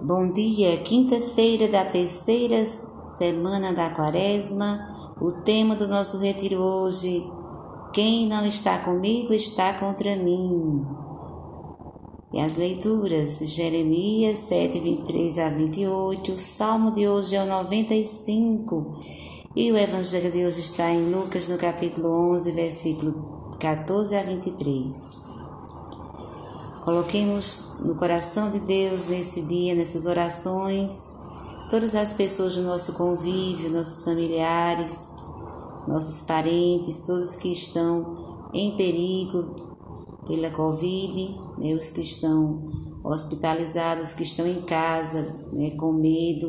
Bom dia, quinta-feira da terceira semana da Quaresma. O tema do nosso retiro hoje: quem não está comigo está contra mim. E as leituras: Jeremias 7, 23 a 28. O salmo de hoje é o 95. E o evangelho de hoje está em Lucas, no capítulo 11, versículo 14 a 23. Coloquemos no coração de Deus nesse dia, nessas orações, todas as pessoas do nosso convívio, nossos familiares, nossos parentes, todos que estão em perigo pela Covid, os que estão hospitalizados, que estão em casa, com medo,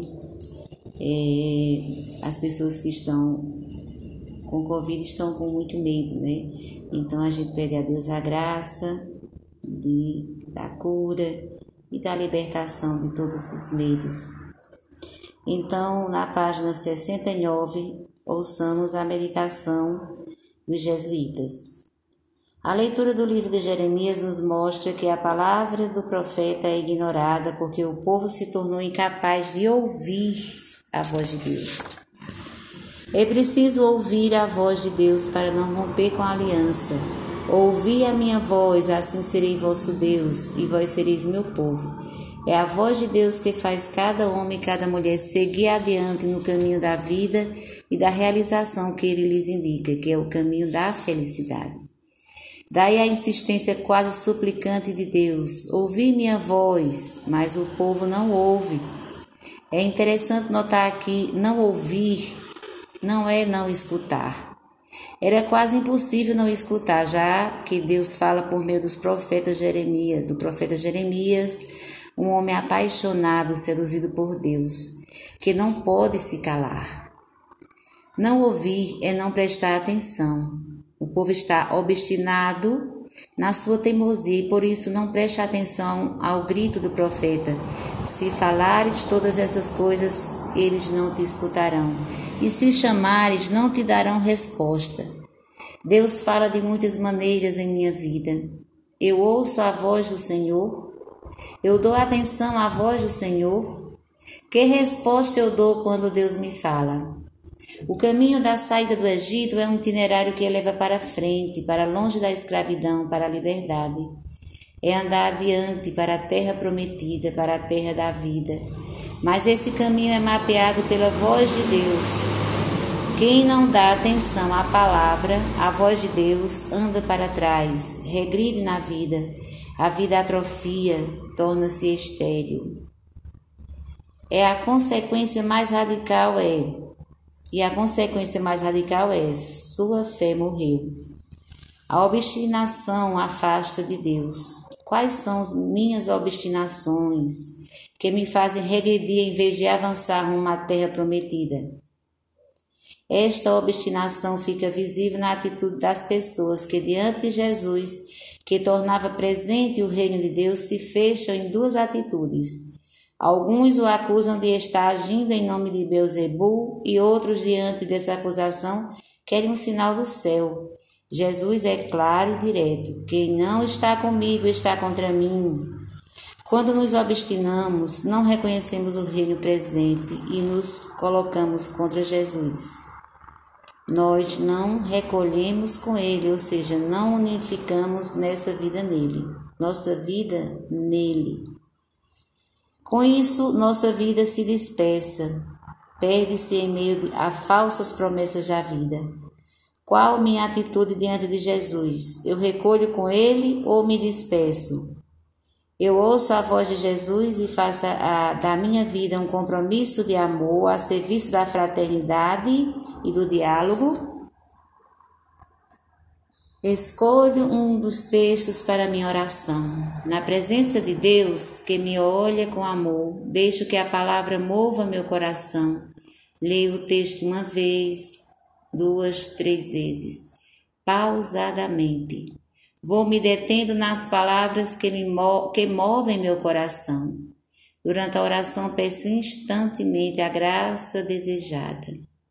as pessoas que estão com Covid estão com muito medo, Então a gente pede a Deus a graça da cura e da libertação de todos os medos. Então, na página 69, ouçamos a meditação dos jesuítas. A leitura do livro de Jeremias nos mostra que a palavra do profeta é ignorada porque o povo se tornou incapaz de ouvir a voz de Deus. É preciso ouvir a voz de Deus para não romper com a aliança. Ouvi a minha voz, assim serei vosso Deus, e vós sereis meu povo. É a voz de Deus que faz cada homem e cada mulher seguir adiante no caminho da vida e da realização que ele lhes indica, que é o caminho da felicidade. Daí a insistência quase suplicante de Deus: ouvi minha voz, mas o povo não ouve. É interessante notar que não ouvir não é não escutar. Era quase impossível não escutar, já que Deus fala por meio do profeta Jeremias, um homem apaixonado, seduzido por Deus, que não pode se calar. Não ouvir é não prestar atenção. O povo está obstinado na sua teimosia e por isso não presta atenção ao grito do profeta: se falares todas essas coisas, eles não te escutarão, e se chamares, não te darão resposta. Deus fala de muitas maneiras em minha vida. Eu ouço a voz do Senhor? Eu dou atenção à voz do Senhor? Que resposta eu dou quando Deus me fala? O caminho da saída do Egito é um itinerário que leva para frente, para longe da escravidão, para a liberdade. É andar adiante para a terra prometida, para a terra da vida. Mas esse caminho é mapeado pela voz de Deus. Quem não dá atenção à palavra, à voz de Deus, anda para trás, regride na vida. A vida atrofia, torna-se estéril. A consequência mais radical é, sua fé morreu. A obstinação afasta de Deus. Quais são as minhas obstinações que me fazem regredir em vez de avançar rumo à terra prometida? Esta obstinação fica visível na atitude das pessoas que, diante de Jesus, que tornava presente o reino de Deus, se fecham em duas atitudes. Alguns o acusam de estar agindo em nome de Beelzebul e outros, diante dessa acusação, querem um sinal do céu. Jesus é claro e direto: quem não está comigo está contra mim. Quando nos obstinamos, não reconhecemos o reino presente e nos colocamos contra Jesus. Nós não recolhemos com ele, ou seja, não unificamos nossa vida nele. Com isso, nossa vida se dispersa, perde-se em meio a falsas promessas da vida. Qual minha atitude diante de Jesus? Eu recolho com ele ou me disperso? Eu ouço a voz de Jesus e faço da minha vida um compromisso de amor a serviço da fraternidade e do diálogo? Escolho um dos textos para minha oração. Na presença de Deus, que me olha com amor, deixo que a palavra mova meu coração. Leio o texto uma vez, 2, 3 vezes, pausadamente. Vou me detendo nas palavras que movem meu coração. Durante a oração, peço instantemente a graça desejada.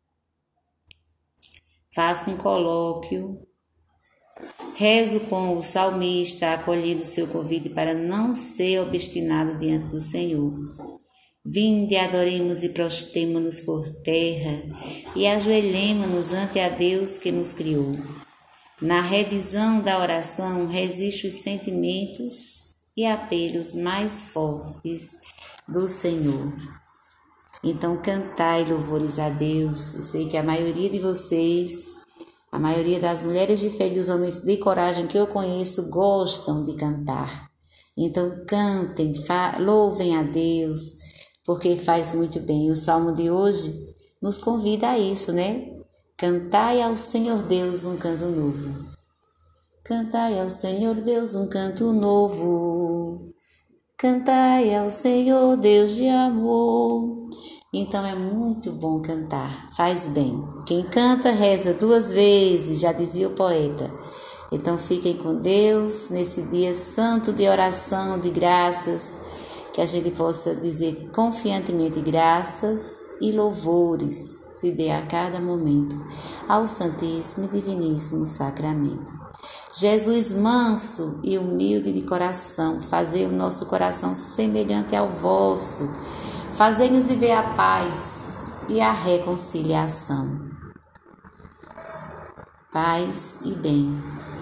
Faço um colóquio. Rezo com o salmista, acolhendo seu convite para não ser obstinado diante do Senhor. Vinde, adoremos e prostremo-nos por terra e ajoelhemo-nos ante a Deus que nos criou. Na revisão da oração, resiste os sentimentos e apelos mais fortes do Senhor. Então, cantai louvores a Deus. Eu sei que a maioria de vocês, a maioria das mulheres de fé e dos homens de coragem que eu conheço gostam de cantar. Então, cantem, louvem a Deus, porque faz muito bem. O Salmo de hoje nos convida a isso, né? Cantai ao Senhor Deus um canto novo. Cantai ao Senhor Deus um canto novo. Cantai ao Senhor Deus de amor. Então é muito bom cantar, faz bem. Quem canta reza 2 vezes, já dizia o poeta. Então fiquem com Deus nesse dia santo de oração, de graças, que a gente possa dizer confiantemente graças e louvores se dê a cada momento ao Santíssimo e Diviníssimo Sacramento. Jesus manso e humilde de coração, fazei o nosso coração semelhante ao vosso, fazei-nos viver a paz e a reconciliação. Paz e bem.